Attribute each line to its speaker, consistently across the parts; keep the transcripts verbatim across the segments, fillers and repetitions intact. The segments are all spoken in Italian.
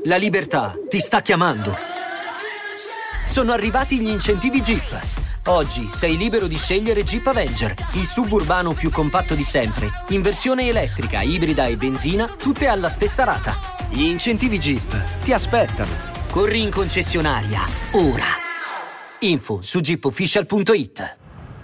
Speaker 1: La libertà ti sta chiamando. Sono arrivati gli incentivi Jeep. Oggi sei libero di scegliere Jeep Avenger, il suburbano più compatto di sempre, in versione elettrica, ibrida e benzina, tutte alla stessa rata. Gli incentivi Jeep ti aspettano. Corri in concessionaria, ora. Info su jeep official punto it.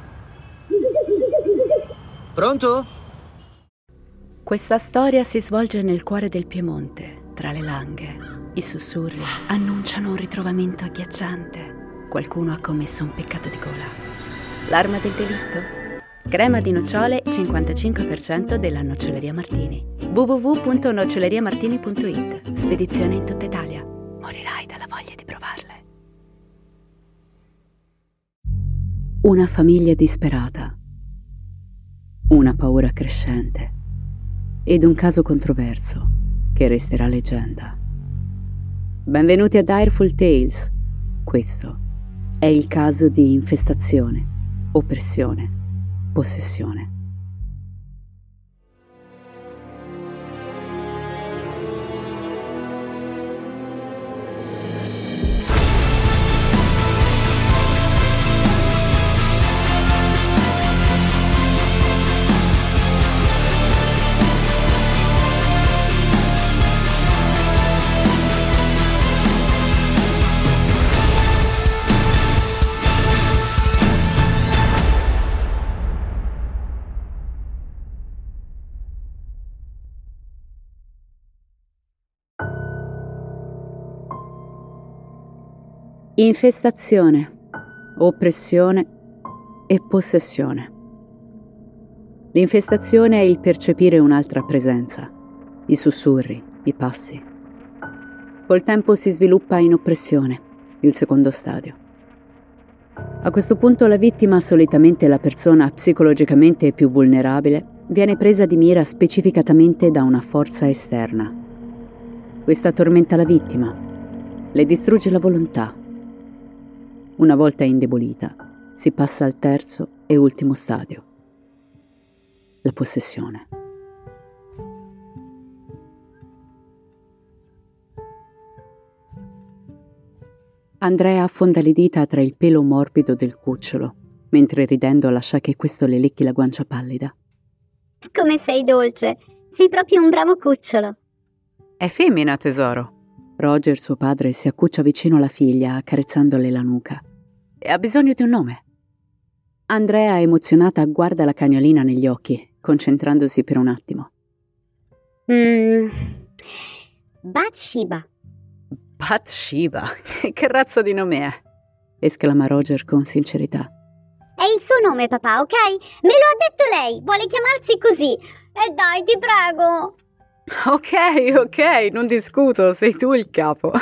Speaker 1: Pronto?
Speaker 2: Questa storia si svolge nel cuore del Piemonte. Tra le langhe, i sussurri annunciano un ritrovamento agghiacciante. Qualcuno ha commesso un peccato di gola. L'arma del delitto? Crema di nocciole cinquantacinque per cento della Noccioleria Martini. w w w punto noccioleria martini punto it. Spedizione in tutta Italia. Morirai dalla voglia di provarle. Una famiglia disperata. Una paura crescente. Ed un caso controverso che resterà leggenda. Benvenuti a Direful Tales. Questo è il caso di infestazione, oppressione, possessione. Infestazione, oppressione e possessione. L'infestazione è il percepire un'altra presenza, i sussurri, i passi. Col tempo si sviluppa in oppressione, il secondo stadio. A questo punto la vittima, solitamente la persona psicologicamente più vulnerabile, viene presa di mira specificatamente da una forza esterna. Questa tormenta la vittima, le distrugge la volontà. Una volta indebolita, si passa al terzo e ultimo stadio, la possessione. Andrea affonda le dita tra il pelo morbido del cucciolo, mentre ridendo lascia che questo le lecchi la guancia pallida.
Speaker 3: Come sei dolce, sei proprio un bravo cucciolo.
Speaker 2: È femmina, tesoro. Roger, suo padre, si accuccia vicino alla figlia, accarezzandole la nuca. E ha bisogno di un nome. Andrea, emozionata, guarda la cagnolina negli occhi, concentrandosi per un attimo.
Speaker 3: Mm. Bathsheba.
Speaker 2: Bathsheba? Che razza di nome è? Esclama Roger con sincerità.
Speaker 3: È il suo nome, papà, ok? Me lo ha detto lei, vuole chiamarsi così. E dai, ti prego.
Speaker 2: Ok, ok, non discuto, sei tu il capo.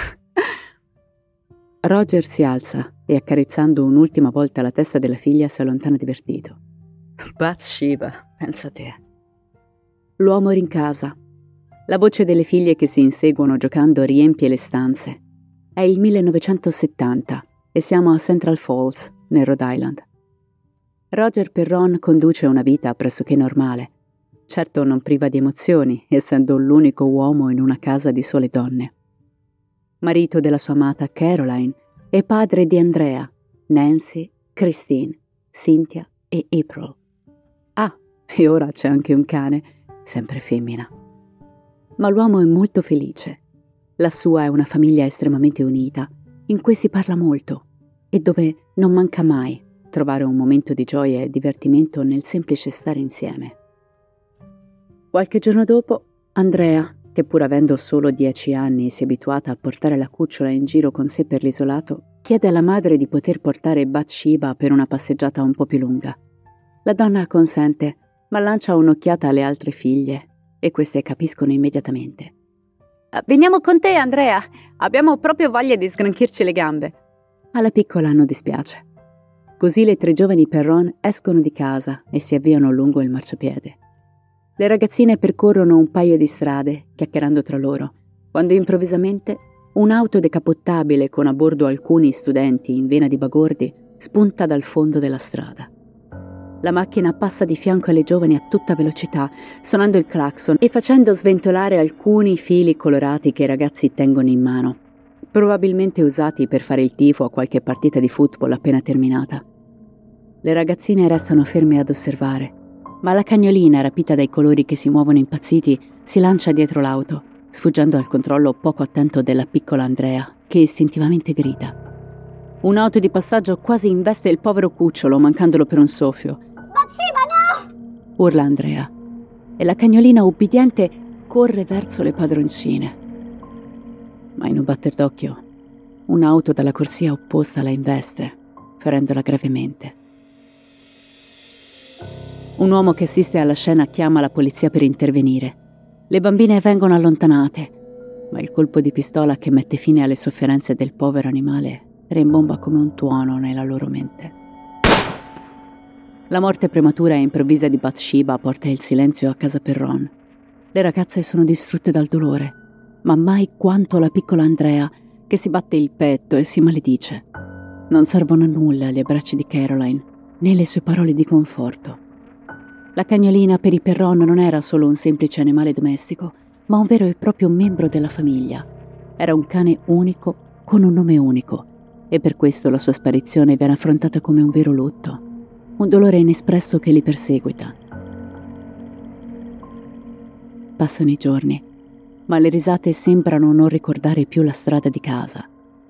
Speaker 2: Roger si alza e, accarezzando un'ultima volta la testa della figlia, si allontana divertito. Bathsheba, pensa te. L'uomo rincasa. La voce delle figlie che si inseguono giocando riempie le stanze. È il millenovecentosettanta e siamo a Central Falls, nel Rhode Island. Roger Perron conduce una vita pressoché normale, certo non priva di emozioni, essendo l'unico uomo in una casa di sole donne. Marito della sua amata Caroline e padre di Andrea, Nancy, Christine, Cynthia e April. Ah, e ora c'è anche un cane, sempre femmina. Ma l'uomo è molto felice. La sua è una famiglia estremamente unita, in cui si parla molto e dove non manca mai trovare un momento di gioia e divertimento nel semplice stare insieme. Qualche giorno dopo, Andrea, che pur avendo solo dieci anni si è abituata a portare la cucciola in giro con sé per l'isolato, chiede alla madre di poter portare Bathsheba per una passeggiata un po' più lunga. La donna acconsente, ma lancia un'occhiata alle altre figlie e queste capiscono immediatamente. «Veniamo con te, Andrea! Abbiamo proprio voglia di sgranchirci le gambe!» Alla piccola non dispiace. Così le tre giovani Perron escono di casa e si avviano lungo il marciapiede. Le ragazzine percorrono un paio di strade, chiacchierando tra loro, quando improvvisamente un'auto decapottabile con a bordo alcuni studenti in vena di bagordi spunta dal fondo della strada. La macchina passa di fianco alle giovani a tutta velocità, suonando il clacson e facendo sventolare alcuni fili colorati che i ragazzi tengono in mano, probabilmente usati per fare il tifo a qualche partita di football appena terminata. Le ragazzine restano ferme ad osservare, ma la cagnolina, rapita dai colori che si muovono impazziti, si lancia dietro l'auto, sfuggendo al controllo poco attento della piccola Andrea, che istintivamente grida. Un'auto di passaggio quasi investe il povero cucciolo, mancandolo per un soffio.
Speaker 3: Bathsheba, no!
Speaker 2: Urla Andrea, e la cagnolina ubbidiente corre verso le padroncine. Ma in un batter d'occhio, un'auto dalla corsia opposta la investe, ferendola gravemente. Un uomo che assiste alla scena chiama la polizia per intervenire. Le bambine vengono allontanate, ma il colpo di pistola che mette fine alle sofferenze del povero animale rimbomba come un tuono nella loro mente. La morte prematura e improvvisa di Bathsheba porta il silenzio a casa Perron. Le ragazze sono distrutte dal dolore, ma mai quanto la piccola Andrea, che si batte il petto e si maledice. Non servono a nulla gli abbracci di Caroline, né le sue parole di conforto. La cagnolina per i Perron non era solo un semplice animale domestico, ma un vero e proprio membro della famiglia. Era un cane unico con un nome unico, e per questo la sua sparizione viene affrontata come un vero lutto, un dolore inespresso che li perseguita. Passano i giorni, ma le risate sembrano non ricordare più la strada di casa.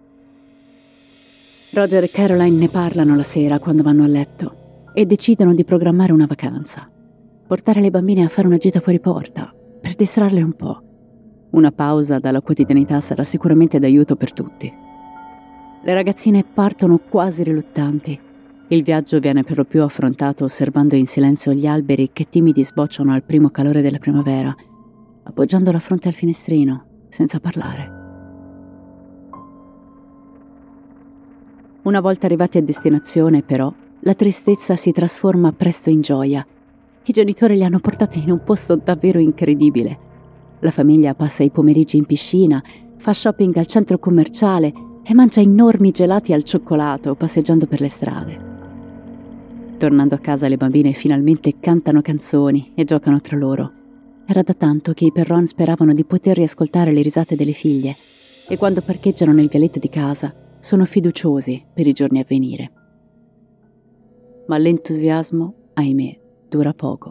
Speaker 2: Roger e Caroline ne parlano la sera quando vanno a letto e decidono di programmare una vacanza, portare le bambine a fare una gita fuori porta per distrarle un po'. Una pausa dalla quotidianità sarà sicuramente d'aiuto per tutti. Le ragazzine partono quasi riluttanti. Il viaggio viene per lo più affrontato osservando in silenzio gli alberi che timidi sbocciano al primo calore della primavera, appoggiando la fronte al finestrino, senza parlare. Una volta arrivati a destinazione, però, la tristezza si trasforma presto in gioia. I genitori li hanno portati in un posto davvero incredibile. La famiglia passa i pomeriggi in piscina, fa shopping al centro commerciale e mangia enormi gelati al cioccolato passeggiando per le strade. Tornando a casa le bambine finalmente cantano canzoni e giocano tra loro. Era da tanto che i Perron speravano di poter riascoltare le risate delle figlie e quando parcheggiano nel vialetto di casa sono fiduciosi per i giorni a venire. Ma l'entusiasmo, ahimè, dura poco.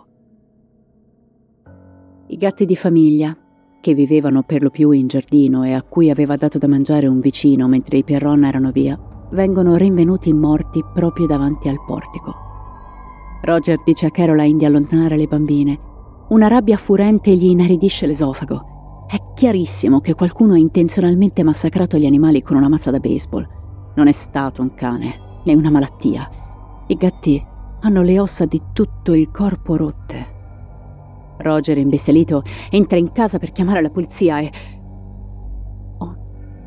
Speaker 2: I gatti di famiglia, che vivevano per lo più in giardino e a cui aveva dato da mangiare un vicino mentre i Perron erano via, vengono rinvenuti morti proprio davanti al portico. Roger dice a Caroline di allontanare le bambine. Una rabbia furente gli inaridisce l'esofago. È chiarissimo che qualcuno ha intenzionalmente massacrato gli animali con una mazza da baseball. Non è stato un cane, né una malattia. I gatti hanno le ossa di tutto il corpo rotte. Roger, imbestialito, entra in casa per chiamare la polizia e... Oh,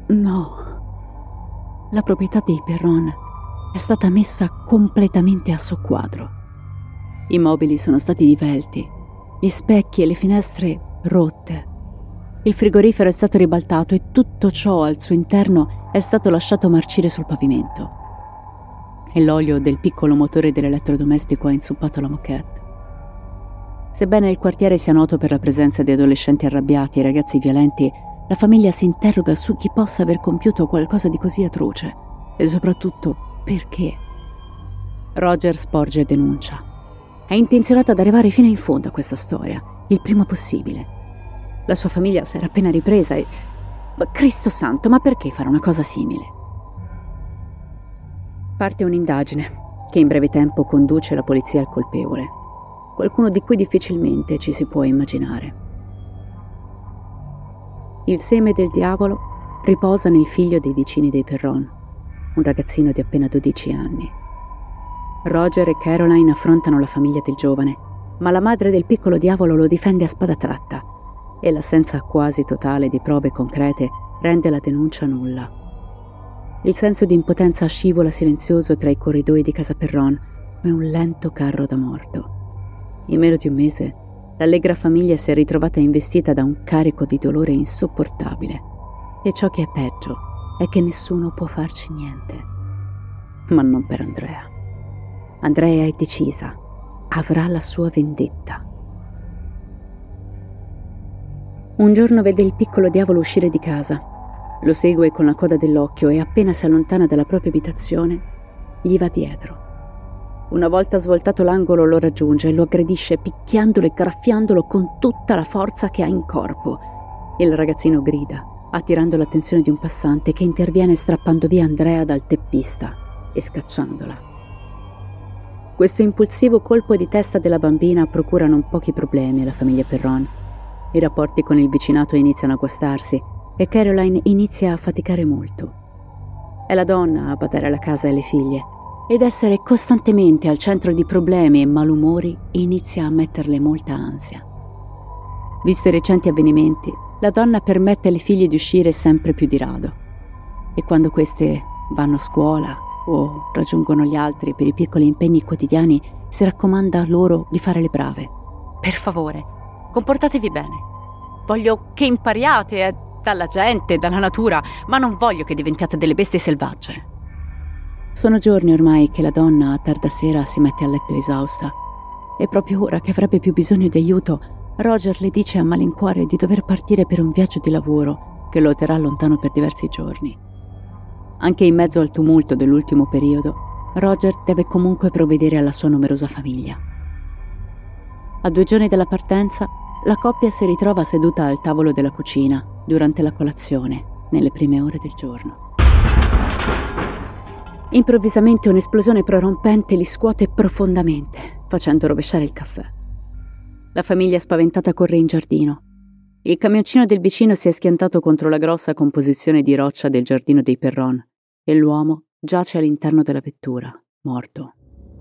Speaker 2: no. La proprietà dei Perron è stata messa completamente a soqquadro. I mobili sono stati divelti, gli specchi e le finestre rotte. Il frigorifero è stato ribaltato e tutto ciò al suo interno è stato lasciato marcire sul pavimento. E l'olio del piccolo motore dell'elettrodomestico ha inzuppato la moquette. Sebbene il quartiere sia noto per la presenza di adolescenti arrabbiati e ragazzi violenti, la famiglia si interroga su chi possa aver compiuto qualcosa di così atroce e soprattutto perché. Roger sporge denuncia. È intenzionato ad arrivare fino in fondo a questa storia, il prima possibile. La sua famiglia si era appena ripresa e... Ma Cristo santo, ma perché fare una cosa simile? Parte un'indagine che in breve tempo conduce la polizia al colpevole, qualcuno di cui difficilmente ci si può immaginare. Il seme del diavolo riposa nel figlio dei vicini dei Perron, un ragazzino di appena dodici anni. Roger e Caroline affrontano la famiglia del giovane, ma la madre del piccolo diavolo lo difende a spada tratta e l'assenza quasi totale di prove concrete rende la denuncia nulla. Il senso di impotenza scivola silenzioso tra i corridoi di casa Perron come un lento carro da morto. In meno di un mese, l'allegra famiglia si è ritrovata investita da un carico di dolore insopportabile e ciò che è peggio è che nessuno può farci niente. Ma non per Andrea. Andrea è decisa avrà la sua vendetta. Un giorno vede il piccolo diavolo uscire di casa. Lo segue con la coda dell'occhio e appena si allontana dalla propria abitazione, gli va dietro. Una volta svoltato l'angolo lo raggiunge e lo aggredisce picchiandolo e graffiandolo con tutta la forza che ha in corpo. Il ragazzino grida, attirando l'attenzione di un passante che interviene strappando via Andrea dal teppista e scacciandola. Questo impulsivo colpo di testa della bambina procura non pochi problemi alla famiglia Perron. I rapporti con il vicinato iniziano a guastarsi e Caroline inizia a faticare molto. È la donna a badare alla casa e alle figlie, ed essere costantemente al centro di problemi e malumori inizia a metterle molta ansia. Visto i recenti avvenimenti, la donna permette alle figlie di uscire sempre più di rado, e quando queste vanno a scuola o raggiungono gli altri per i piccoli impegni quotidiani si raccomanda loro di fare le brave.
Speaker 4: Per favore, comportatevi bene. Voglio che impariate eh, dalla gente, dalla natura, ma non voglio che diventiate delle bestie selvagge.
Speaker 2: Sono giorni ormai che la donna a tarda sera si mette a letto esausta e proprio ora che avrebbe più bisogno di aiuto, Roger le dice a malincuore di dover partire per un viaggio di lavoro che lo terrà lontano per diversi giorni. Anche in mezzo al tumulto dell'ultimo periodo, Roger deve comunque provvedere alla sua numerosa famiglia. A due giorni dalla partenza, la coppia si ritrova seduta al tavolo della cucina durante la colazione, nelle prime ore del giorno. Improvvisamente un'esplosione prorompente li scuote profondamente, facendo rovesciare il caffè. La famiglia spaventata corre in giardino. Il camioncino del vicino si è schiantato contro la grossa composizione di roccia del giardino dei Perron e l'uomo giace all'interno della vettura, morto.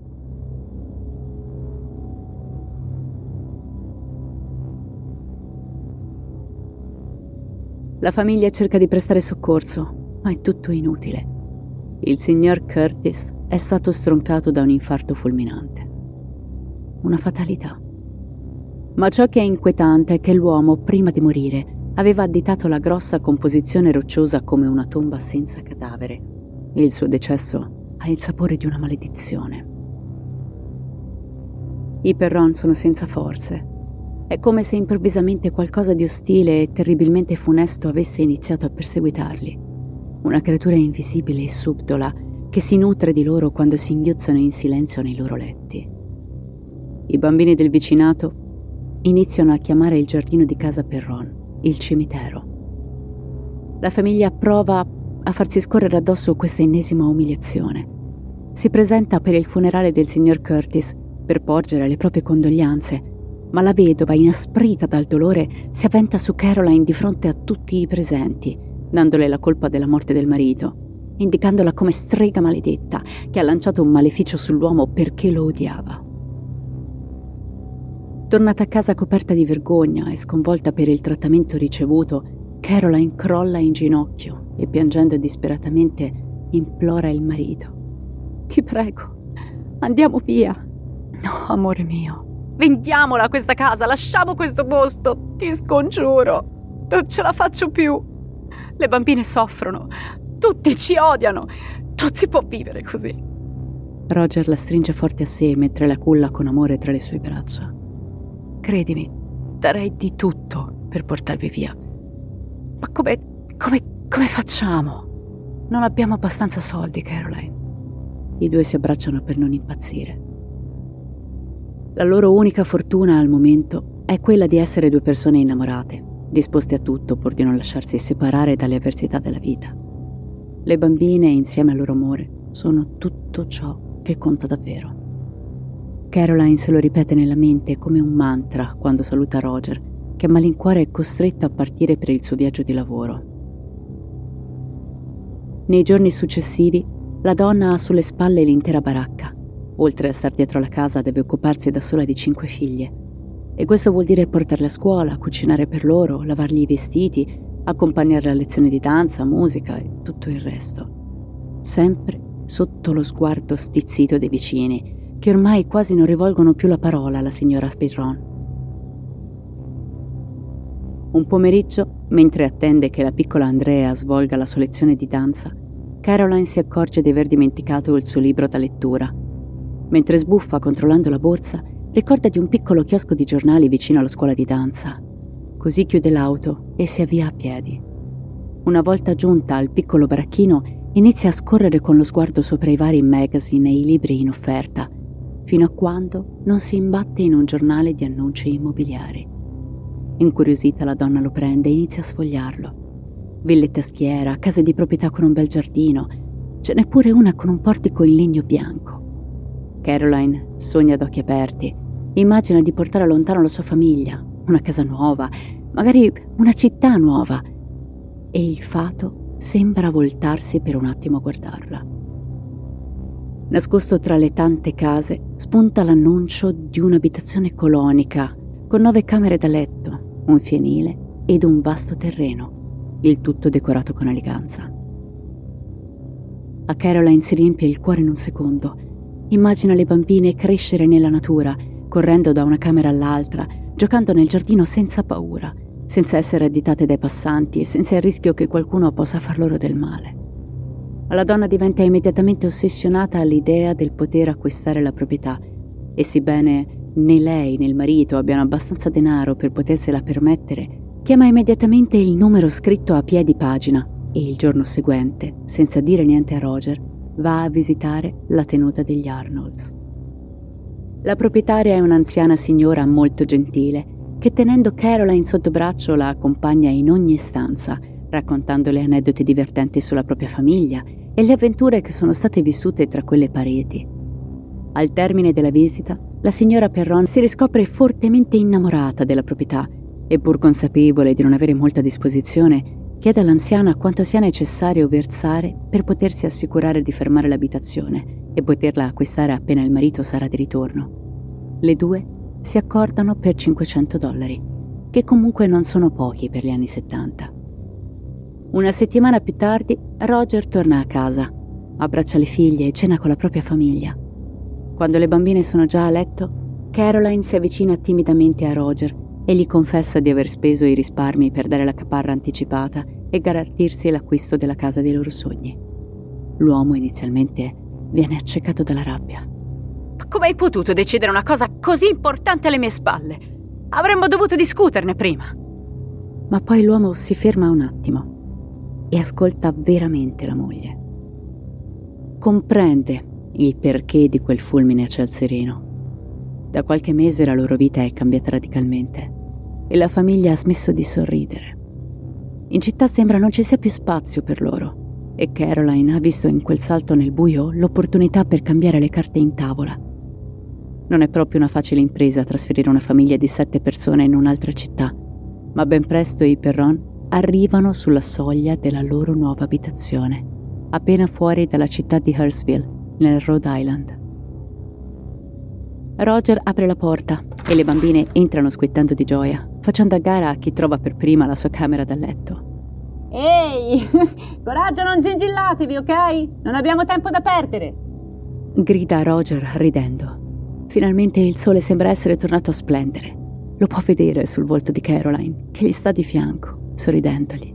Speaker 2: La famiglia cerca di prestare soccorso, ma è tutto inutile. Il signor Curtis è stato stroncato da un infarto fulminante. Una fatalità. Ma ciò che è inquietante è che l'uomo, prima di morire, aveva additato la grossa composizione rocciosa come una tomba senza cadavere e il suo decesso ha il sapore di una maledizione. I Perron sono senza forze. È come se improvvisamente qualcosa di ostile e terribilmente funesto avesse iniziato a perseguitarli. Una creatura invisibile e subdola che si nutre di loro quando si inghiozzano in silenzio nei loro letti. I bambini del vicinato iniziano a chiamare il giardino di casa Perron il cimitero. La famiglia prova a farsi scorrere addosso questa ennesima umiliazione. Si presenta per il funerale del signor Curtis per porgere le proprie condoglianze, ma la vedova, inasprita dal dolore, si avventa su Caroline di fronte a tutti i presenti, dandole la colpa della morte del marito, indicandola come strega maledetta che ha lanciato un maleficio sull'uomo perché lo odiava. Tornata a casa coperta di vergogna e sconvolta per il trattamento ricevuto, Caroline crolla in ginocchio e piangendo disperatamente implora il marito. «Ti prego, andiamo via!» «No, amore mio,
Speaker 4: vendiamola questa casa, lasciamo questo posto, ti scongiuro, non ce la faccio più. Le bambine soffrono, tutti ci odiano, non si può vivere così».
Speaker 2: Roger la stringe forte a sé mentre la culla con amore tra le sue braccia.
Speaker 4: «Credimi, darei di tutto per portarvi via. Ma come, come, come facciamo? Non abbiamo abbastanza soldi, Caroline».
Speaker 2: I due si abbracciano per non impazzire. La loro unica fortuna al momento è quella di essere due persone innamorate, disposte a tutto pur di non lasciarsi separare dalle avversità della vita. Le bambine, insieme al loro amore, sono tutto ciò che conta davvero. Caroline se lo ripete nella mente come un mantra quando saluta Roger, che a malincuore è costretto a partire per il suo viaggio di lavoro. Nei giorni successivi, la donna ha sulle spalle l'intera baracca. Oltre a star dietro la casa, deve occuparsi da sola di cinque figlie. E questo vuol dire portarle a scuola, cucinare per loro, lavargli i vestiti, accompagnarle a lezioni di danza, musica e tutto il resto. Sempre sotto lo sguardo stizzito dei vicini, che ormai quasi non rivolgono più la parola alla signora Perron. Un pomeriggio, mentre attende che la piccola Andrea svolga la sua lezione di danza, Caroline si accorge di aver dimenticato il suo libro da lettura. Mentre sbuffa controllando la borsa, ricorda di un piccolo chiosco di giornali vicino alla scuola di danza. Così chiude l'auto e si avvia a piedi. Una volta giunta al piccolo baracchino, inizia a scorrere con lo sguardo sopra i vari magazine e i libri in offerta, fino a quando non si imbatte in un giornale di annunci immobiliari. Incuriosita, la donna lo prende e inizia a sfogliarlo. Villette a schiera, case di proprietà con un bel giardino, ce n'è pure una con un portico in legno bianco. Caroline sogna ad occhi aperti, immagina di portare lontano la sua famiglia, una casa nuova, magari una città nuova, e il fato sembra voltarsi per un attimo a guardarla. Nascosto tra le tante case spunta l'annuncio di un'abitazione colonica con nove camere da letto, un fienile ed un vasto terreno, il tutto decorato con eleganza. A Caroline si riempie il cuore in un secondo. Immagina le bambine crescere nella natura, correndo da una camera all'altra, giocando nel giardino senza paura, senza essere additate dai passanti e senza il rischio che qualcuno possa far loro del male. La donna diventa immediatamente ossessionata all'idea del poter acquistare la proprietà e, sebbene né lei né il marito abbiano abbastanza denaro per potersela permettere, chiama immediatamente il numero scritto a piedi pagina e il giorno seguente, senza dire niente a Roger, va a visitare la tenuta degli Arnolds. La proprietaria è un'anziana signora molto gentile che, tenendo Caroline sotto braccio, la accompagna in ogni stanza, raccontandole aneddoti divertenti sulla propria famiglia e le avventure che sono state vissute tra quelle pareti. Al termine della visita, la signora Perron si riscopre fortemente innamorata della proprietà e, pur consapevole di non avere molta disposizione, chiede all'anziana quanto sia necessario versare per potersi assicurare di fermare l'abitazione e poterla acquistare appena il marito sarà di ritorno. Le due si accordano per cinquecento dollari, che comunque non sono pochi per gli anni settanta. Una settimana più tardi, Roger torna a casa, abbraccia le figlie e cena con la propria famiglia. Quando le bambine sono già a letto, Caroline si avvicina timidamente a Roger e gli confessa di aver speso i risparmi per dare la caparra anticipata e garantirsi l'acquisto della casa dei loro sogni. L'uomo inizialmente viene accecato dalla rabbia.
Speaker 4: Ma come hai potuto decidere una cosa così importante alle mie spalle? Avremmo dovuto discuterne prima.
Speaker 2: Ma poi l'uomo si ferma un attimo e ascolta veramente la moglie. Comprende il perché di quel fulmine a ciel sereno. Da qualche mese la loro vita è cambiata radicalmente e la famiglia ha smesso di sorridere. In città sembra non ci sia più spazio per loro e Caroline ha visto in quel salto nel buio l'opportunità per cambiare le carte in tavola. Non è proprio una facile impresa trasferire una famiglia di sette persone in un'altra città, ma ben presto i Perron arrivano sulla soglia della loro nuova abitazione, appena fuori dalla città di Hurstville, nel Rhode Island. Roger apre la porta e le bambine entrano squittando di gioia, facendo a gara a chi trova per prima la sua camera da letto.
Speaker 5: Ehi, coraggio, non gingillatevi, ok? Non abbiamo tempo da perdere!
Speaker 2: Grida Roger ridendo. Finalmente il sole sembra essere tornato a splendere. Lo può vedere sul volto di Caroline, che gli sta di fianco, sorridendogli.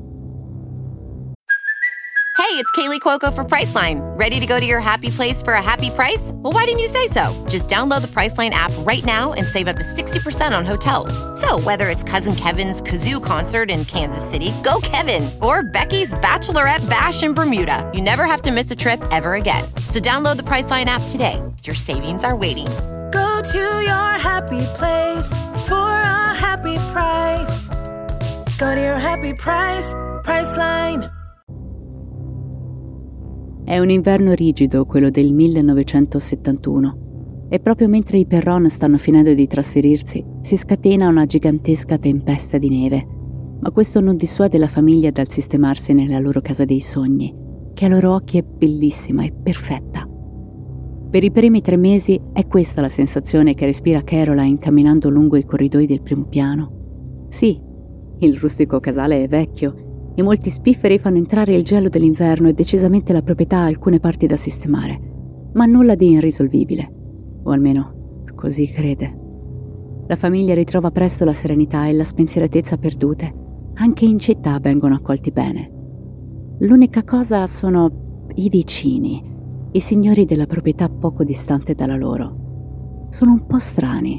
Speaker 6: Hey, it's Kaylee Cuoco for Priceline. Ready to go to your happy place for a happy price? Well, why didn't you say so? Just download the Priceline app right now and save up to sixty percent on hotels. So whether it's Cousin Kevin's Kazoo Concert in Kansas City, go Kevin, or Becky's Bachelorette Bash in Bermuda, you never have to miss a trip ever again. So download the Priceline app today. Your savings are waiting.
Speaker 7: Go to your happy place for a happy price. Go to your happy price, Priceline.
Speaker 2: È un inverno rigido quello del millenovecentosettantuno e proprio mentre i Perron stanno finendo di trasferirsi si scatena una gigantesca tempesta di neve, ma questo non dissuade la famiglia dal sistemarsi nella loro casa dei sogni, che ai loro occhi è bellissima e perfetta. Per i primi tre mesi è questa la sensazione che respira Caroline camminando lungo i corridoi del primo piano. Sì, il rustico casale è vecchio e molti spifferi fanno entrare il gelo dell'inverno e decisamente la proprietà ha alcune parti da sistemare, ma nulla di irrisolvibile, o almeno così crede. La famiglia ritrova presto la serenità e la spensieratezza perdute. Anche in città vengono accolti bene. L'unica cosa sono i vicini, i signori della proprietà poco distante dalla loro. sono un po' strani.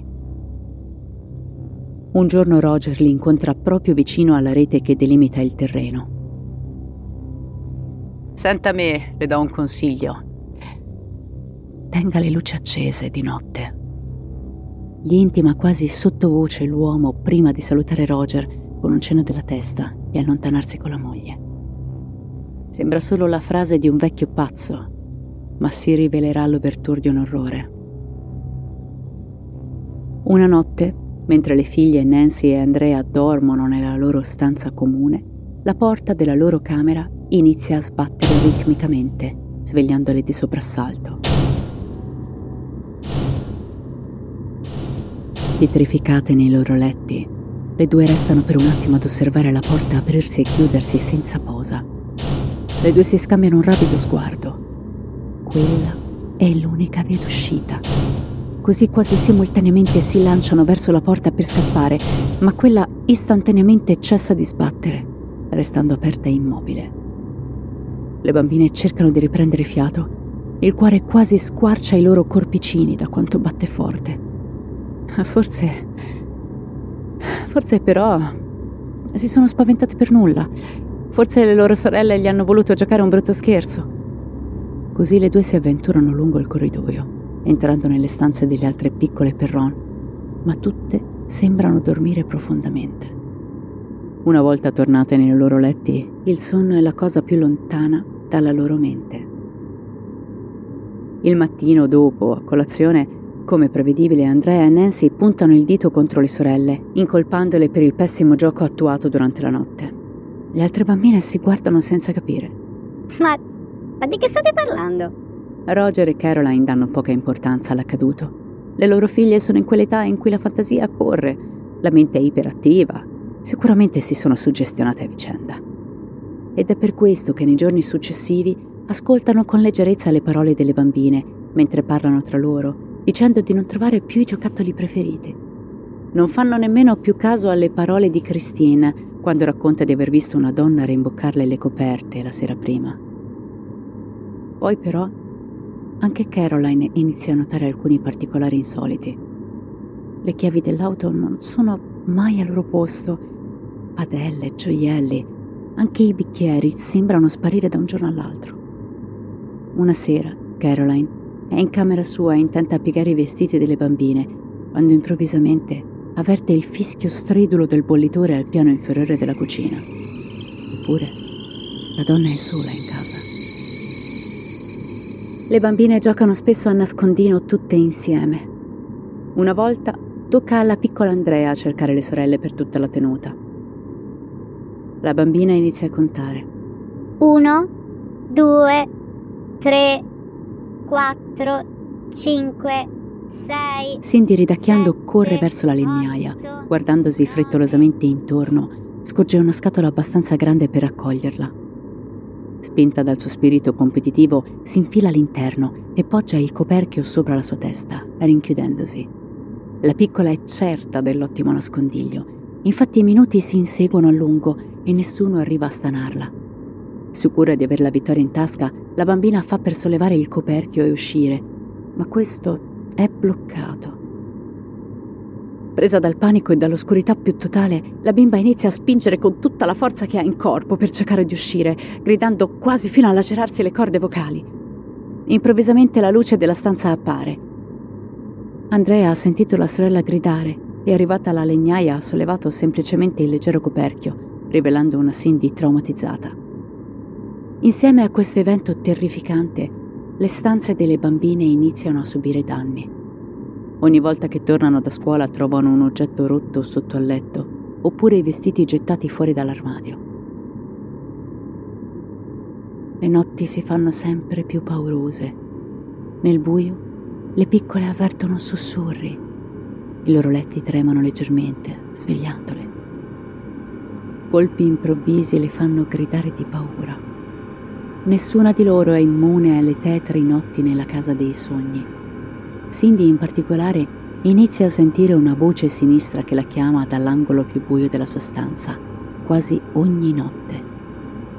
Speaker 2: Un giorno Roger li incontra proprio vicino alla rete che delimita il terreno.
Speaker 4: Senta me, le do un consiglio.
Speaker 2: Tenga le luci accese di notte. Gli intima quasi sottovoce l'uomo prima di salutare Roger con un cenno della testa e allontanarsi con la moglie. Sembra solo la frase di un vecchio pazzo, ma si rivelerà l'ouverture di un orrore. Una notte, mentre le figlie Nancy e Andrea dormono nella loro stanza comune, la porta della loro camera inizia a sbattere ritmicamente, svegliandole di soprassalto. Pietrificate nei loro letti, le due restano per un attimo ad osservare la porta aprirsi e chiudersi senza posa. Le due si scambiano un rapido sguardo. Quella è l'unica via d'uscita. Così quasi simultaneamente si lanciano verso la porta per scappare, ma quella istantaneamente cessa di sbattere, restando aperta e immobile. Le bambine cercano di riprendere fiato. Il cuore quasi squarcia i loro corpicini da quanto batte forte. Forse... Forse però... si sono spaventate per nulla. Forse le loro sorelle gli hanno voluto giocare un brutto scherzo. Così le due si avventurano lungo il corridoio, entrando nelle stanze delle altre piccole per Ron, ma tutte sembrano dormire profondamente. Una volta tornate nei loro letti, il sonno è la cosa più lontana dalla loro mente. Il mattino dopo, a colazione, come prevedibile, Andrea e Nancy puntano il dito contro le sorelle, incolpandole per il pessimo gioco attuato durante la notte. Le altre bambine si guardano senza capire.
Speaker 3: Ma, ma di che state parlando?
Speaker 2: Roger e Caroline danno poca importanza all'accaduto. Le loro figlie sono in quell'età in cui la fantasia corre, la mente è iperattiva. Sicuramente si sono suggestionate a vicenda. Ed è per questo che nei giorni successivi ascoltano con leggerezza le parole delle bambine mentre parlano tra loro, dicendo di non trovare più i giocattoli preferiti. Non fanno nemmeno più caso alle parole di Christine quando racconta di aver visto una donna rimboccarle le coperte la sera prima. Poi però anche Caroline inizia a notare alcuni particolari insoliti. Le chiavi dell'auto non sono mai al loro posto, padelle, gioielli, anche i bicchieri sembrano sparire da un giorno all'altro. Una sera Caroline è in camera sua intenta a piegare i vestiti delle bambine, quando improvvisamente avverte il fischio stridulo del bollitore al piano inferiore della cucina. Eppure, la donna è sola in casa. Le bambine giocano spesso a nascondino tutte insieme. Una volta tocca alla piccola Andrea a cercare le sorelle per tutta la tenuta. La bambina inizia a contare.
Speaker 3: Uno, due, tre, quattro, cinque, sei...
Speaker 2: Cindy, ridacchiando,
Speaker 3: sette,
Speaker 2: corre verso la legnaia.
Speaker 3: otto,
Speaker 2: Guardandosi frettolosamente intorno, scorge una scatola abbastanza grande per raccoglierla. Spinta dal suo spirito competitivo, si infila all'interno e poggia il coperchio sopra la sua testa, rinchiudendosi. La piccola è certa dell'ottimo nascondiglio. Infatti i minuti si inseguono a lungo e nessuno arriva a stanarla. Sicura di aver la vittoria in tasca, la bambina fa per sollevare il coperchio e uscire, ma questo è bloccato. Presa dal panico e dall'oscurità più totale, la bimba inizia a spingere con tutta la forza che ha in corpo per cercare di uscire, gridando quasi fino a lacerarsi le corde vocali. Improvvisamente la luce della stanza appare. Andrea ha sentito la sorella gridare e, arrivata alla legnaia, ha sollevato semplicemente il leggero coperchio, rivelando una Cindy traumatizzata. Insieme a questo evento terrificante, le stanze delle bambine iniziano a subire danni. Ogni volta che tornano da scuola trovano un oggetto rotto sotto al letto, oppure i vestiti gettati fuori dall'armadio. Le notti si fanno sempre più paurose. Nel buio, le piccole avvertono sussurri. I loro letti tremano leggermente, svegliandole. Colpi improvvisi le fanno gridare di paura. Nessuna di loro è immune alle tetri notti nella casa dei sogni. Cindy in particolare inizia a sentire una voce sinistra che la chiama dall'angolo più buio della sua stanza, quasi ogni notte.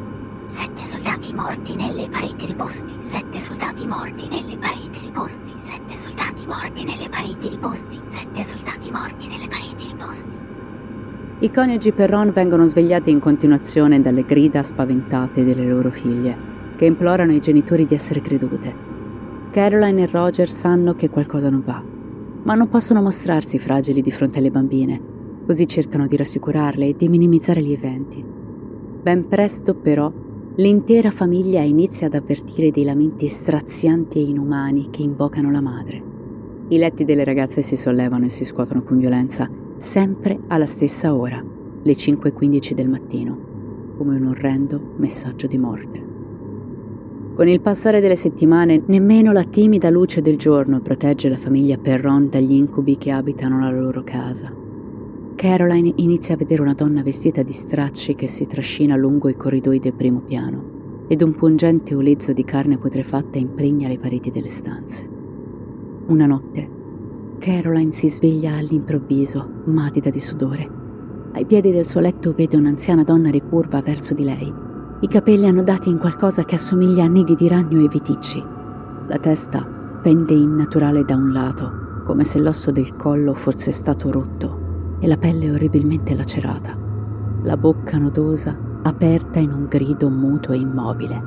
Speaker 3: Sette soldati morti nelle pareti riposti, sette soldati morti nelle pareti riposti, sette soldati morti nelle pareti riposti, sette soldati morti nelle pareti riposti.
Speaker 2: I coniugi Perron vengono svegliati in continuazione dalle grida spaventate delle loro figlie, che implorano ai genitori di essere credute. Caroline e Roger sanno che qualcosa non va, ma non possono mostrarsi fragili di fronte alle bambine, così cercano di rassicurarle e di minimizzare gli eventi. Ben presto, però, l'intera famiglia inizia ad avvertire dei lamenti strazianti e inumani che invocano la madre. I letti delle ragazze si sollevano e si scuotono con violenza, sempre alla stessa ora, le cinque e quindici del mattino, come un orrendo messaggio di morte. Con il passare delle settimane, nemmeno la timida luce del giorno protegge la famiglia Perron dagli incubi che abitano la loro casa. Caroline inizia a vedere una donna vestita di stracci che si trascina lungo i corridoi del primo piano ed un pungente olezzo di carne putrefatta impregna le pareti delle stanze. Una notte, Caroline si sveglia all'improvviso, matida di sudore. Ai piedi del suo letto vede un'anziana donna ricurva verso di lei, i capelli annodati in qualcosa che assomiglia a nidi di ragno e viticci. La testa pende innaturale da un lato, come se l'osso del collo fosse stato rotto, e la pelle orribilmente lacerata, la bocca nodosa aperta in un grido muto e immobile.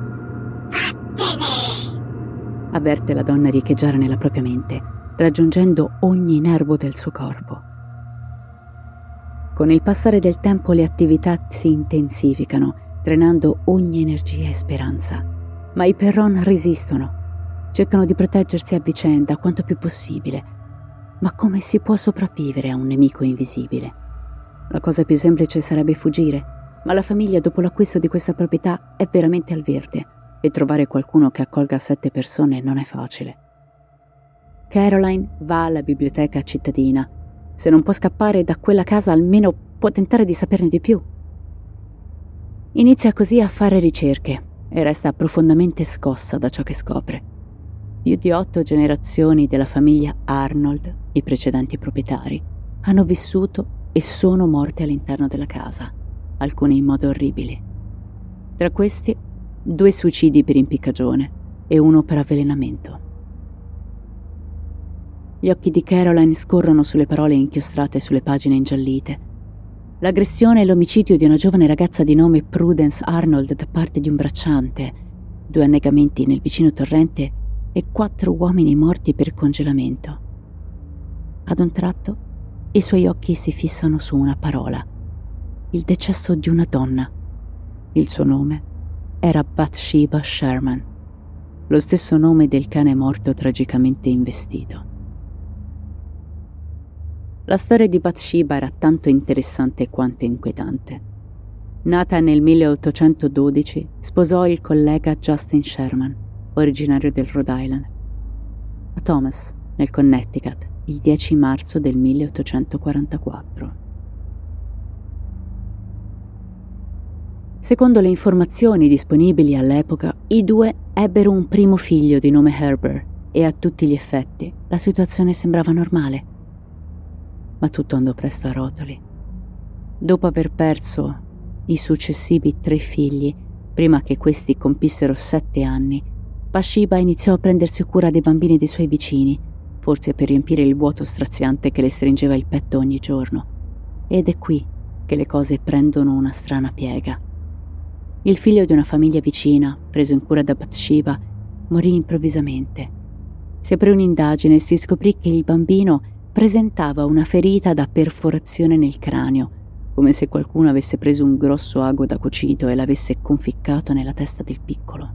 Speaker 2: Vattene! Avverte la donna riecheggiare nella propria mente, raggiungendo ogni nervo del suo corpo. Con il passare del tempo le attività si intensificano, drenando ogni energia e speranza. Ma i Perron resistono, cercano di proteggersi a vicenda quanto più possibile. Ma come si può sopravvivere a un nemico invisibile? La cosa più semplice sarebbe fuggire, ma la famiglia dopo l'acquisto di questa proprietà è veramente al verde e trovare qualcuno che accolga sette persone non è facile. Caroline va alla biblioteca cittadina. Se non può scappare da quella casa, almeno può tentare di saperne di più. Inizia così a fare ricerche e resta profondamente scossa da ciò che scopre. Più di otto generazioni della famiglia Arnold, i precedenti proprietari, hanno vissuto e sono morti all'interno della casa, alcuni in modo orribile. Tra questi, due suicidi per impiccagione e uno per avvelenamento. Gli occhi di Caroline scorrono sulle parole inchiostrate sulle pagine ingiallite. L'aggressione e l'omicidio di una giovane ragazza di nome Prudence Arnold da parte di un bracciante, due annegamenti nel vicino torrente e quattro uomini morti per congelamento. Ad un tratto, i suoi occhi si fissano su una parola: il decesso di una donna. Il suo nome era Bathsheba Sherman, lo stesso nome del cane morto tragicamente investito. La storia di Bathsheba era tanto interessante quanto inquietante. Nata nel milleottocentododici, sposò il collega Justin Sherman, originario del Rhode Island, a Thomas, nel Connecticut, il dieci marzo del milleottocentoquarantaquattro. Secondo le informazioni disponibili all'epoca, i due ebbero un primo figlio di nome Herbert e a tutti gli effetti la situazione sembrava normale. Ma tutto andò presto a rotoli. Dopo aver perso i successivi tre figli, prima che questi compissero sette anni, Bathsheba iniziò a prendersi cura dei bambini dei suoi vicini, forse per riempire il vuoto straziante che le stringeva il petto ogni giorno. Ed è qui che le cose prendono una strana piega. Il figlio di una famiglia vicina, preso in cura da Bathsheba, morì improvvisamente. Si aprì un'indagine e si scoprì che il bambino presentava una ferita da perforazione nel cranio, come se qualcuno avesse preso un grosso ago da cucito e l'avesse conficcato nella testa del piccolo.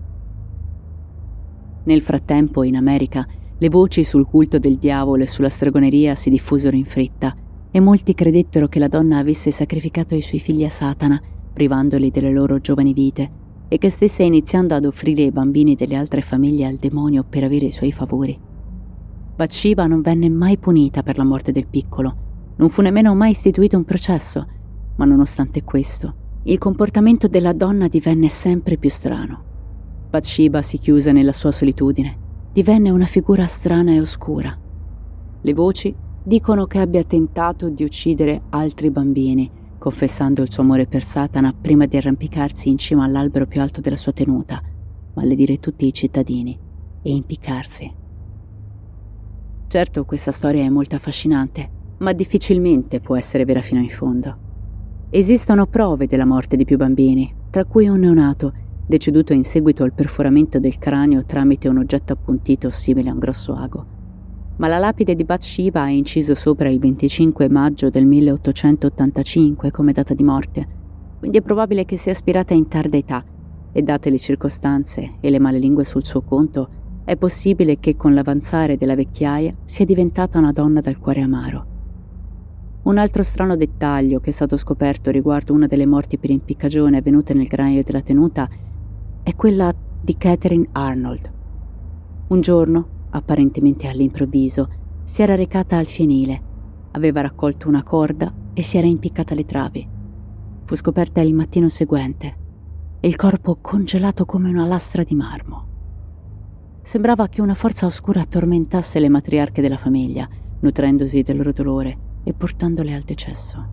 Speaker 2: Nel frattempo, in America, le voci sul culto del diavolo e sulla stregoneria si diffusero in fretta e molti credettero che la donna avesse sacrificato i suoi figli a Satana, privandoli delle loro giovani vite, e che stesse iniziando ad offrire i bambini delle altre famiglie al demonio per avere i suoi favori. Bathsheba non venne mai punita per la morte del piccolo, non fu nemmeno mai istituito un processo, ma nonostante questo, il comportamento della donna divenne sempre più strano. Bathsheba si chiuse nella sua solitudine, divenne una figura strana e oscura. Le voci dicono che abbia tentato di uccidere altri bambini, confessando il suo amore per Satana prima di arrampicarsi in cima all'albero più alto della sua tenuta, maledire tutti i cittadini e impiccarsi. Certo, questa storia è molto affascinante, ma difficilmente può essere vera fino in fondo. Esistono prove della morte di più bambini, tra cui un neonato, deceduto in seguito al perforamento del cranio tramite un oggetto appuntito simile a un grosso ago. Ma la lapide di Bathsheba ha inciso sopra il venticinque maggio del milleottocentottantacinque come data di morte, quindi è probabile che sia aspirata in tarda età, e date le circostanze e le malelingue sul suo conto, è possibile che con l'avanzare della vecchiaia sia diventata una donna dal cuore amaro. Un altro strano dettaglio che è stato scoperto riguardo una delle morti per impiccagione avvenute nel cranio della tenuta è quella di Catherine Arnold. Un giorno, apparentemente all'improvviso, si era recata al fienile, aveva raccolto una corda e si era impiccata le travi. Fu scoperta il mattino seguente, e il corpo congelato come una lastra di marmo. Sembrava che una forza oscura tormentasse le matriarche della famiglia, nutrendosi del loro dolore e portandole al decesso.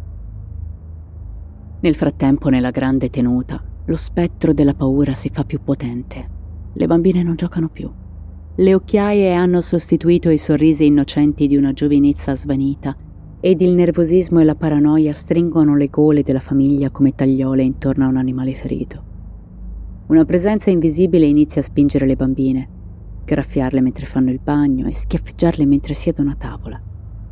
Speaker 2: Nel frattempo, nella grande tenuta, lo spettro della paura si fa più potente. Le bambine non giocano più. Le occhiaie hanno sostituito i sorrisi innocenti di una giovinezza svanita ed il nervosismo e la paranoia stringono le gole della famiglia come tagliole intorno a un animale ferito. Una presenza invisibile inizia a spingere le bambine, graffiarle mentre fanno il bagno e schiaffeggiarle mentre siedono a tavola.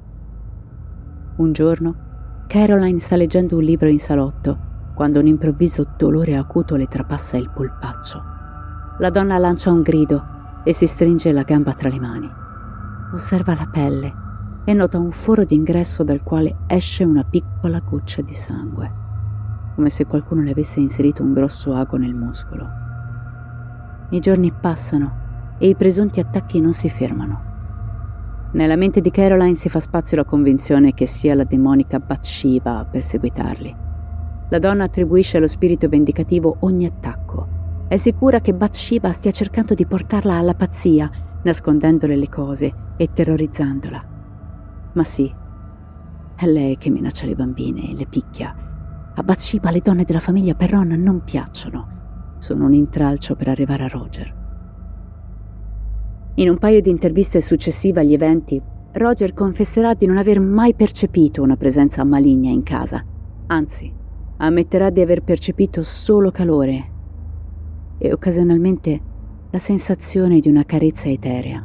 Speaker 2: Un giorno, Caroline sta leggendo un libro in salotto quando un improvviso dolore acuto le trapassa il polpaccio. La donna lancia un grido e si stringe la gamba tra le mani. Osserva la pelle e nota un foro d'ingresso dal quale esce una piccola goccia di sangue, come se qualcuno le avesse inserito un grosso ago nel muscolo. I giorni passano e i presunti attacchi non si fermano. Nella mente di Caroline si fa spazio la convinzione che sia la demonica Bathsheba a perseguitarli. La donna attribuisce allo spirito vendicativo ogni attacco. È sicura che Bathsheba stia cercando di portarla alla pazzia, nascondendole le cose e terrorizzandola. Ma sì, è lei che minaccia le bambine e le picchia. A Bathsheba le donne della famiglia Perron non piacciono. Sono un intralcio per arrivare a Roger. In un paio di interviste successive agli eventi, Roger confesserà di non aver mai percepito una presenza maligna in casa. Anzi, ammetterà di aver percepito solo calore e occasionalmente la sensazione di una carezza eterea.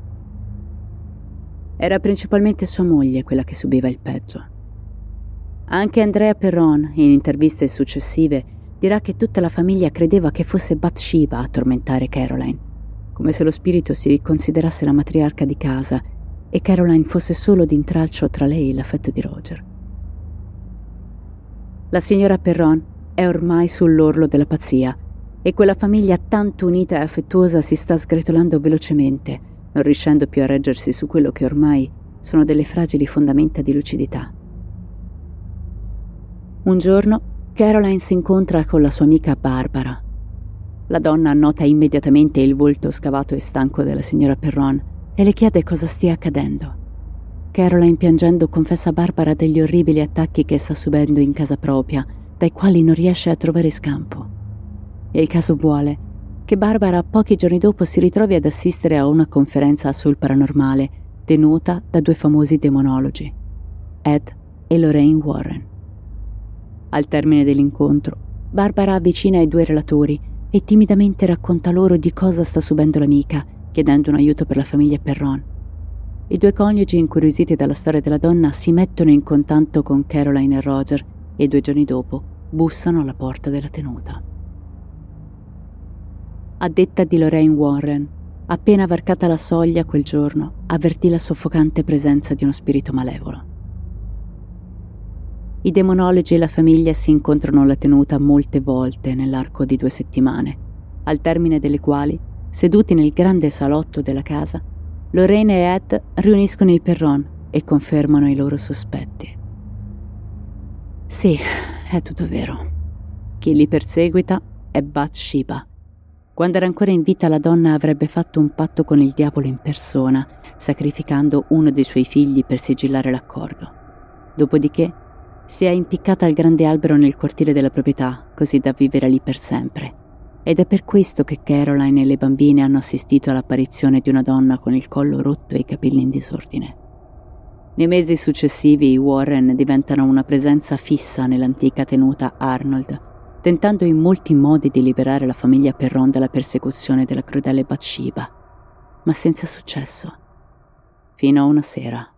Speaker 2: Era principalmente sua moglie quella che subiva il peggio. Anche Andrea Perron, in interviste successive, dirà che tutta la famiglia credeva che fosse Bathsheba a tormentare Caroline, come se lo spirito si considerasse la matriarca di casa e Caroline fosse solo d'intralcio tra lei e l'affetto di Roger. La signora Perron è ormai sull'orlo della pazzia e quella famiglia tanto unita e affettuosa si sta sgretolando velocemente, non riuscendo più a reggersi su quello che ormai sono delle fragili fondamenta di lucidità. Un giorno Caroline si incontra con la sua amica Barbara. La donna nota immediatamente il volto scavato e stanco della signora Perron e le chiede cosa stia accadendo. Caroline, piangendo, confessa a Barbara degli orribili attacchi che sta subendo in casa propria, dai quali non riesce a trovare scampo. E il caso vuole che Barbara pochi giorni dopo si ritrovi ad assistere a una conferenza sul paranormale tenuta da due famosi demonologi, Ed e Lorraine Warren. Al termine dell'incontro, Barbara avvicina i due relatori e timidamente racconta loro di cosa sta subendo l'amica, chiedendo un aiuto per la famiglia Perron. I due coniugi, incuriositi dalla storia della donna, si mettono in contatto con Caroline e Roger e due giorni dopo bussano alla porta della tenuta. A detta di Lorraine Warren, appena varcata la soglia quel giorno, avvertì la soffocante presenza di uno spirito malevolo. I demonologi e la famiglia si incontrano alla tenuta molte volte nell'arco di due settimane, al termine delle quali, seduti nel grande salotto della casa, Lorraine e Ed riuniscono i Perron e confermano i loro sospetti. Sì, è tutto vero. Chi li perseguita è Bathsheba. Quando era ancora in vita, la donna avrebbe fatto un patto con il diavolo in persona, sacrificando uno dei suoi figli per sigillare l'accordo. Dopodiché Si è impiccata al grande albero nel cortile della proprietà, così da vivere lì per sempre. Ed è per questo che Caroline e le bambine hanno assistito all'apparizione di una donna con il collo rotto e i capelli in disordine. Nei mesi successivi i Warren diventano una presenza fissa nell'antica tenuta Arnold, tentando in molti modi di liberare la famiglia Perron dalla persecuzione della crudele Bathsheba, ma senza successo, fino a una sera.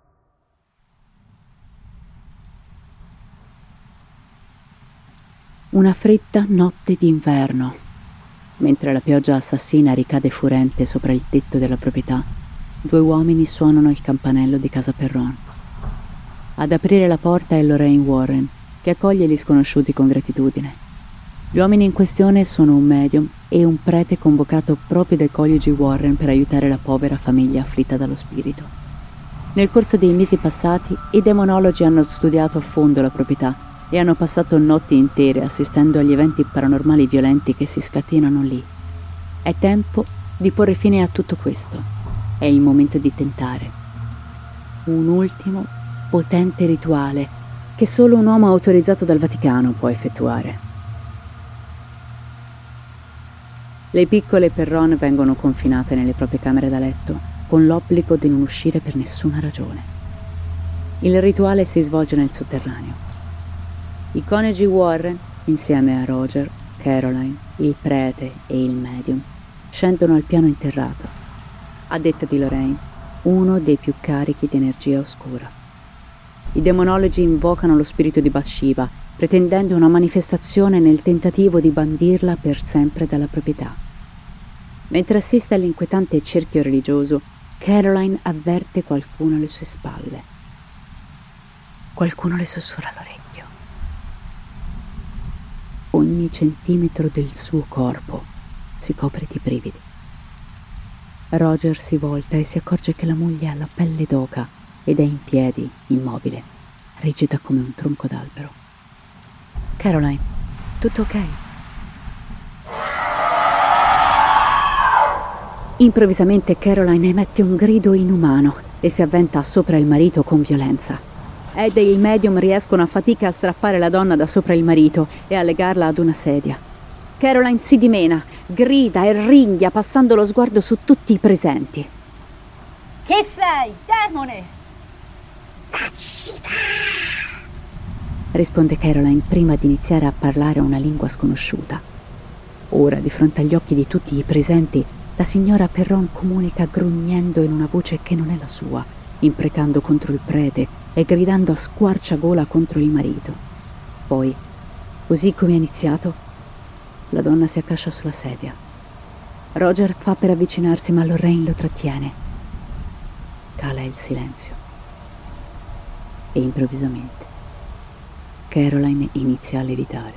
Speaker 2: Una fredda notte d'inverno, mentre la pioggia assassina ricade furente sopra il tetto della proprietà, due uomini suonano il campanello di casa Perron. Ad aprire la porta è Lorraine Warren, che accoglie gli sconosciuti con gratitudine. Gli uomini in questione sono un medium e un prete convocato proprio dai coniugi Warren per aiutare la povera famiglia afflitta dallo spirito. Nel corso dei mesi passati, i demonologi hanno studiato a fondo la proprietà e hanno passato notti intere assistendo agli eventi paranormali violenti che si scatenano lì. È tempo di porre fine a tutto questo. È il momento di tentare un ultimo potente rituale che solo un uomo autorizzato dal Vaticano può effettuare. Le piccole Perron vengono confinate nelle proprie camere da letto, con l'obbligo di non uscire per nessuna ragione. Il rituale si svolge nel sotterraneo. I coniugi Warren, insieme a Roger, Caroline, il prete e il medium, scendono al piano interrato, a detta di Lorraine, uno dei più carichi di energia oscura. I demonologi invocano lo spirito di Bathsheba, pretendendo una manifestazione nel tentativo di bandirla per sempre dalla proprietà. Mentre assiste all'inquietante cerchio religioso, Caroline avverte qualcuno alle sue spalle. Qualcuno le sussurra all'orecchio. Ogni centimetro del suo corpo si copre di brividi. Roger si volta e si accorge che la moglie ha la pelle d'oca ed è in piedi, immobile, rigida come un tronco d'albero. Caroline, tutto ok? Improvvisamente Caroline emette un grido inumano e si avventa sopra il marito con violenza. Ed e il medium riescono a fatica a strappare la donna da sopra il marito e a legarla ad una sedia. Caroline si dimena, grida e ringhia passando lo sguardo su tutti i presenti.
Speaker 5: Chi sei, demone?
Speaker 3: Bathsheba!
Speaker 2: Risponde Caroline prima di iniziare a parlare una lingua sconosciuta. Ora, di fronte agli occhi di tutti i presenti, la signora Perron comunica grugnendo in una voce che non è la sua, imprecando contro il prete e gridando a squarciagola contro il marito. Poi, così come è iniziato, la donna si accascia sulla sedia. Roger fa per avvicinarsi, ma Lorraine lo trattiene. Cala il silenzio. E improvvisamente Caroline inizia a levitare.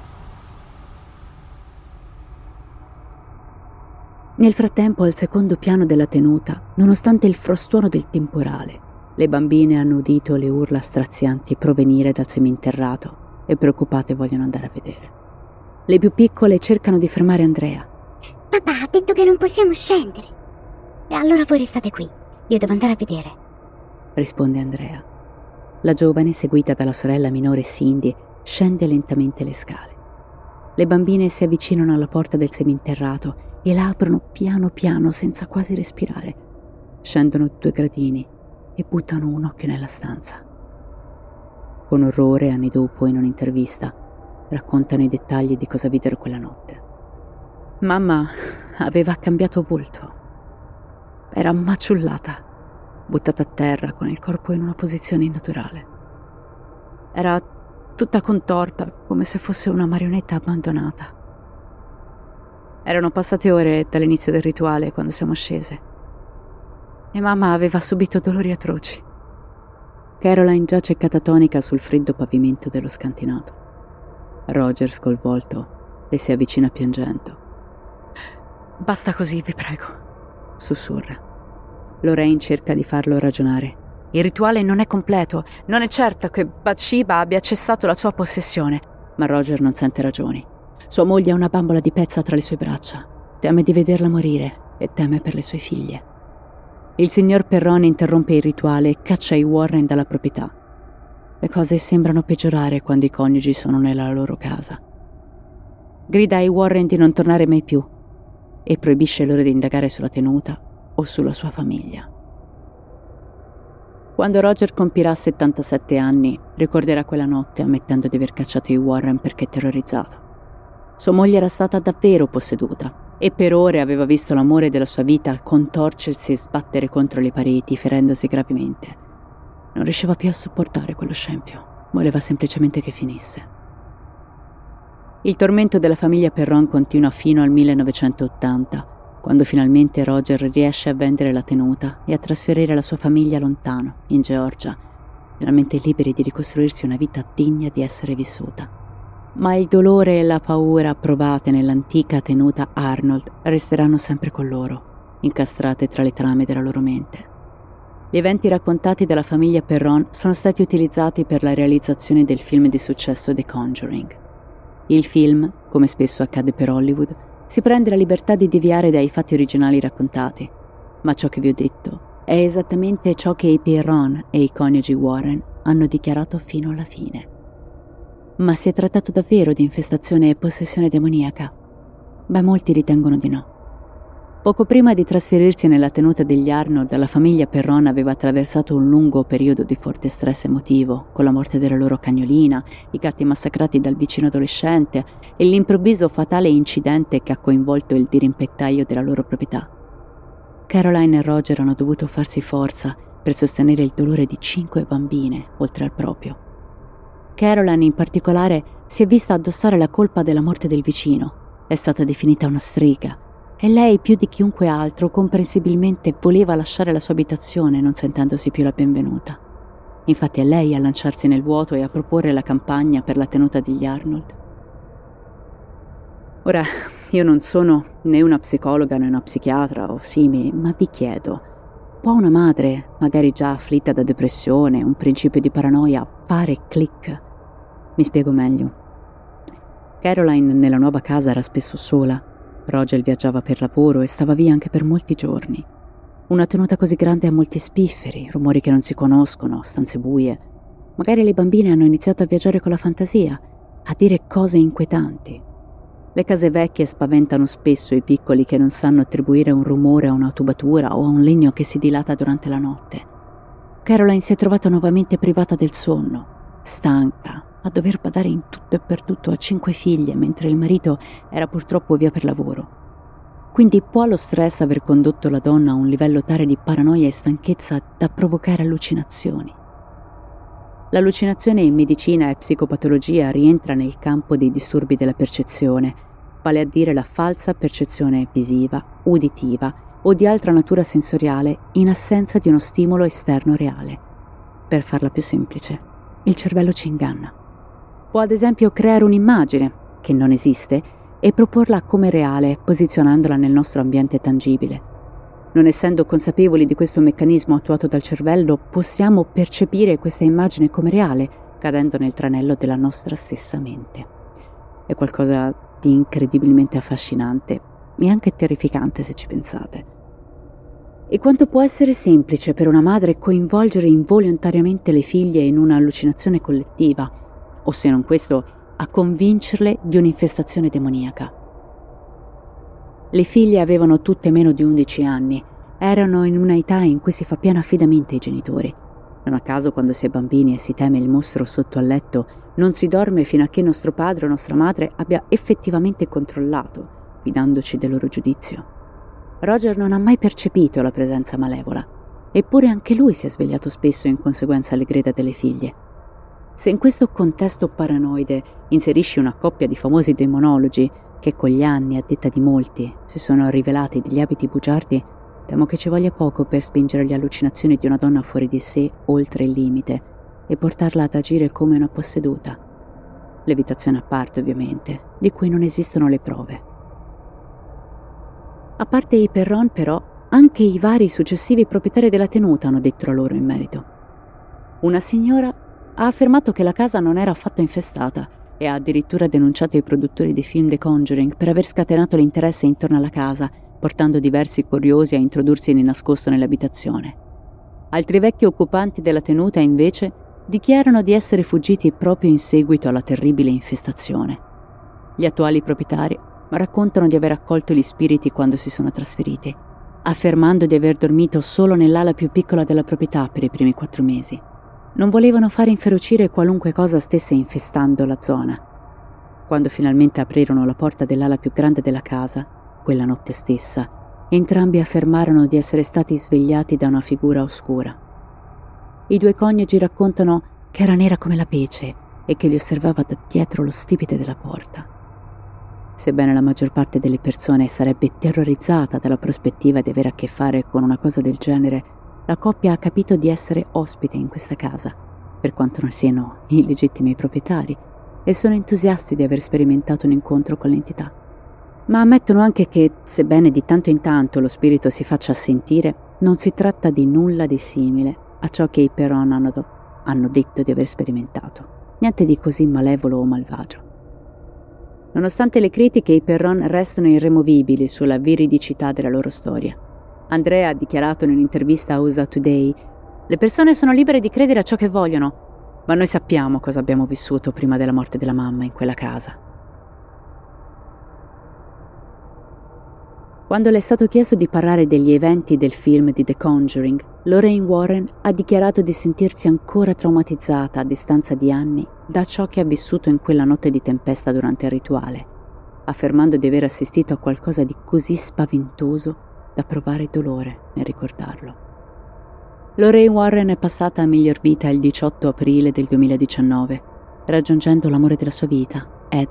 Speaker 2: Nel frattempo, al secondo piano della tenuta, nonostante il frastuono del temporale, le bambine hanno udito le urla strazianti provenire dal seminterrato e preoccupate vogliono andare a vedere. Le più piccole cercano di fermare Andrea.
Speaker 3: Papà ha detto che non possiamo scendere. E allora voi restate qui. Io devo andare a vedere.
Speaker 2: Risponde Andrea. La giovane, seguita dalla sorella minore Cindy, scende lentamente le scale. Le bambine si avvicinano alla porta del seminterrato e la aprono piano piano senza quasi respirare. Scendono due gradini e buttano un occhio nella stanza. Con orrore, anni dopo, in un'intervista, raccontano i dettagli di cosa videro quella notte. Mamma aveva cambiato volto. Era maciullata, buttata a terra con il corpo in una posizione innaturale. Era tutta contorta, come se fosse una marionetta abbandonata. Erano passate ore dall'inizio del rituale quando siamo scese e mamma aveva subito dolori atroci. Caroline giace catatonica sul freddo pavimento dello scantinato. Roger, sconvolto, le si avvicina piangendo. «Basta così, vi prego», sussurra. Lorraine cerca di farlo ragionare. Il rituale non è completo, non è certo che Bathsheba abbia cessato la sua possessione, ma Roger non sente ragioni. Sua moglie ha una bambola di pezza tra le sue braccia, teme di vederla morire e teme per le sue figlie. Il signor Perron interrompe il rituale e caccia i Warren dalla proprietà. Le cose sembrano peggiorare quando i coniugi sono nella loro casa. Grida ai Warren di non tornare mai più e proibisce loro di indagare sulla tenuta o sulla sua famiglia. Quando Roger compirà settantasette anni, ricorderà quella notte ammettendo di aver cacciato i Warren perché terrorizzato. Sua moglie era stata davvero posseduta e per ore aveva visto l'amore della sua vita contorcersi e sbattere contro le pareti, ferendosi gravemente. Non riusciva più a sopportare quello scempio, voleva semplicemente che finisse. Il tormento della famiglia Perron continua fino al millenovecentottanta, quando finalmente Roger riesce a vendere la tenuta e a trasferire la sua famiglia lontano, in Georgia, finalmente liberi di ricostruirsi una vita degna di essere vissuta. Ma il dolore e la paura provate nell'antica tenuta Arnold resteranno sempre con loro, incastrate tra le trame della loro mente. Gli eventi raccontati dalla famiglia Perron sono stati utilizzati per la realizzazione del film di successo The Conjuring. Il film, come spesso accade per Hollywood, si prende la libertà di deviare dai fatti originali raccontati, ma ciò che vi ho detto è esattamente ciò che i Perron e i coniugi Warren hanno dichiarato fino alla fine. Ma si è trattato davvero di infestazione e possessione demoniaca? Beh, molti ritengono di no. Poco prima di trasferirsi nella tenuta degli Arnold, la famiglia Perron aveva attraversato un lungo periodo di forte stress emotivo, con la morte della loro cagnolina, i gatti massacrati dal vicino adolescente e l'improvviso fatale incidente che ha coinvolto il dirimpettaio della loro proprietà. Caroline e Roger hanno dovuto farsi forza per sostenere il dolore di cinque bambine, oltre al proprio. Caroline, in particolare, si è vista addossare la colpa della morte del vicino. È stata definita una strega. E lei, più di chiunque altro, comprensibilmente voleva lasciare la sua abitazione non sentendosi più la benvenuta. Infatti è lei a lanciarsi nel vuoto e a proporre la campagna per la tenuta degli Arnold. Ora, io non sono né una psicologa né una psichiatra o simili, ma vi chiedo, può una madre, magari già afflitta da depressione, un principio di paranoia, fare click? Mi spiego meglio. Caroline nella nuova casa era spesso sola. Roger viaggiava per lavoro e stava via anche per molti giorni. Una tenuta così grande ha molti spifferi, rumori che non si conoscono, stanze buie. Magari le bambine hanno iniziato a viaggiare con la fantasia, a dire cose inquietanti. Le case vecchie spaventano spesso i piccoli che non sanno attribuire un rumore a una tubatura o a un legno che si dilata durante la notte. Caroline si è trovata nuovamente privata del sonno, stanca, a dover badare in tutto e per tutto a cinque figlie mentre il marito era purtroppo via per lavoro. Quindi può lo stress aver condotto la donna a un livello tale di paranoia e stanchezza da provocare allucinazioni. L'allucinazione in medicina e psicopatologia rientra nel campo dei disturbi della percezione, vale a dire la falsa percezione visiva, uditiva o di altra natura sensoriale in assenza di uno stimolo esterno reale. Per farla più semplice, il cervello ci inganna. Può ad esempio creare un'immagine, che non esiste, e proporla come reale, posizionandola nel nostro ambiente tangibile. Non essendo consapevoli di questo meccanismo attuato dal cervello, possiamo percepire questa immagine come reale, cadendo nel tranello della nostra stessa mente. È qualcosa di incredibilmente affascinante e anche terrificante se ci pensate. E quanto può essere semplice per una madre coinvolgere involontariamente le figlie in un'allucinazione collettiva, o se non questo, a convincerle di un'infestazione demoniaca. Le figlie avevano tutte meno di undici anni, erano in una età in cui si fa pieno affidamento ai genitori. Non a caso, quando si è bambini e si teme il mostro sotto al letto, non si dorme fino a che nostro padre o nostra madre abbia effettivamente controllato, fidandoci del loro giudizio. Roger non ha mai percepito la presenza malevola, eppure anche lui si è svegliato spesso in conseguenza alle grida delle figlie. Se in questo contesto paranoide inserisci una coppia di famosi demonologi che con gli anni, a detta di molti, si sono rivelati degli abiti bugiardi, temo che ci voglia poco per spingere le allucinazioni di una donna fuori di sé oltre il limite e portarla ad agire come una posseduta. Levitazione a parte, ovviamente, di cui non esistono le prove. A parte i Perron, però, anche i vari successivi proprietari della tenuta hanno detto la loro in merito. Una signora ha affermato che la casa non era affatto infestata e ha addirittura denunciato i produttori dei film The Conjuring per aver scatenato l'interesse intorno alla casa, portando diversi curiosi a introdursi di nascosto nell'abitazione. Altri vecchi occupanti della tenuta, invece, dichiarano di essere fuggiti proprio in seguito alla terribile infestazione. Gli attuali proprietari raccontano di aver accolto gli spiriti quando si sono trasferiti, affermando di aver dormito solo nell'ala più piccola della proprietà per i primi quattro mesi. Non volevano fare inferocire qualunque cosa stesse infestando la zona. Quando finalmente aprirono la porta dell'ala più grande della casa, quella notte stessa, entrambi affermarono di essere stati svegliati da una figura oscura. I due coniugi raccontano che era nera come la pece e che li osservava da dietro lo stipite della porta. Sebbene la maggior parte delle persone sarebbe terrorizzata dalla prospettiva di avere a che fare con una cosa del genere, la coppia ha capito di essere ospite in questa casa, per quanto non siano i legittimi proprietari, e sono entusiasti di aver sperimentato un incontro con l'entità. Ma ammettono anche che, sebbene di tanto in tanto lo spirito si faccia sentire, non si tratta di nulla di simile a ciò che i Perron hanno, do- hanno detto di aver sperimentato. Niente di così malevolo o malvagio. Nonostante le critiche, i Perron restano irremovibili sulla veridicità della loro storia. Andrea ha dichiarato in un'intervista a U S A Today: «Le persone sono libere di credere a ciò che vogliono, ma noi sappiamo cosa abbiamo vissuto prima della morte della mamma in quella casa». Quando le è stato chiesto di parlare degli eventi del film di The Conjuring, Lorraine Warren ha dichiarato di sentirsi ancora traumatizzata a distanza di anni da ciò che ha vissuto in quella notte di tempesta durante il rituale, affermando di aver assistito a qualcosa di così spaventoso da provare dolore nel ricordarlo. Lorraine Warren è passata a miglior vita il diciotto aprile del duemiladiciannove, raggiungendo l'amore della sua vita, Ed.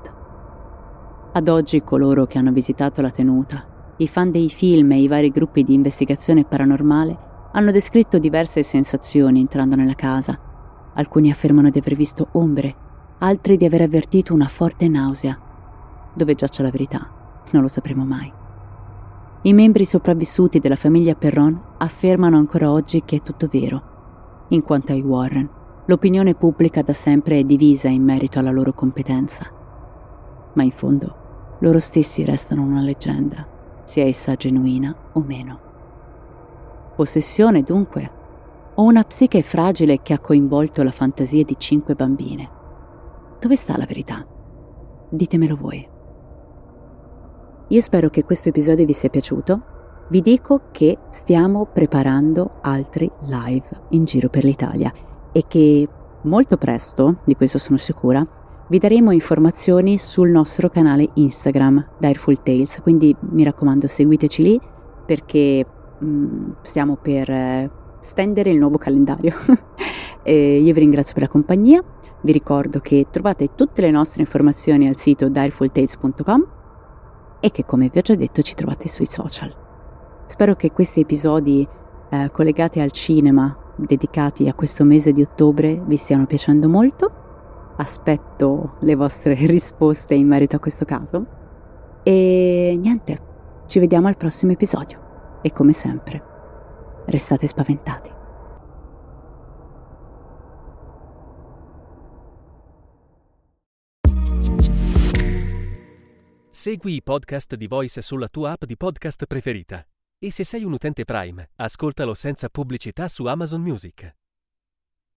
Speaker 2: Ad oggi coloro che hanno visitato la tenuta, i fan dei film e i vari gruppi di investigazione paranormale hanno descritto diverse sensazioni entrando nella casa. Alcuni affermano di aver visto ombre, altri di aver avvertito una forte nausea. Dove giace la verità, non lo sapremo mai. I membri sopravvissuti della famiglia Perron affermano ancora oggi che è tutto vero. In quanto ai Warren, l'opinione pubblica da sempre è divisa in merito alla loro competenza. Ma in fondo, loro stessi restano una leggenda, sia essa genuina o meno. Possessione, dunque, o una psiche fragile che ha coinvolto la fantasia di cinque bambine? Dove sta la verità? Ditemelo voi. Io spero che questo episodio vi sia piaciuto. Vi dico che stiamo preparando altri live in giro per l'Italia e che molto presto, di questo sono sicura, vi daremo informazioni sul nostro canale Instagram, Direful Tales, quindi mi raccomando seguiteci lì perché mh, stiamo per eh, stendere il nuovo calendario. E io vi ringrazio per la compagnia, vi ricordo che trovate tutte le nostre informazioni al sito direful tales punto com e che, come vi ho già detto, ci trovate sui social. Spero che questi episodi eh, collegati al cinema, dedicati a questo mese di ottobre, vi stiano piacendo molto. Aspetto le vostre risposte in merito a questo caso. E niente, ci vediamo al prossimo episodio. E come sempre, restate spaventati.
Speaker 8: Segui i podcast di Voice sulla tua app di podcast preferita. E se sei un utente Prime, ascoltalo senza pubblicità su Amazon Music.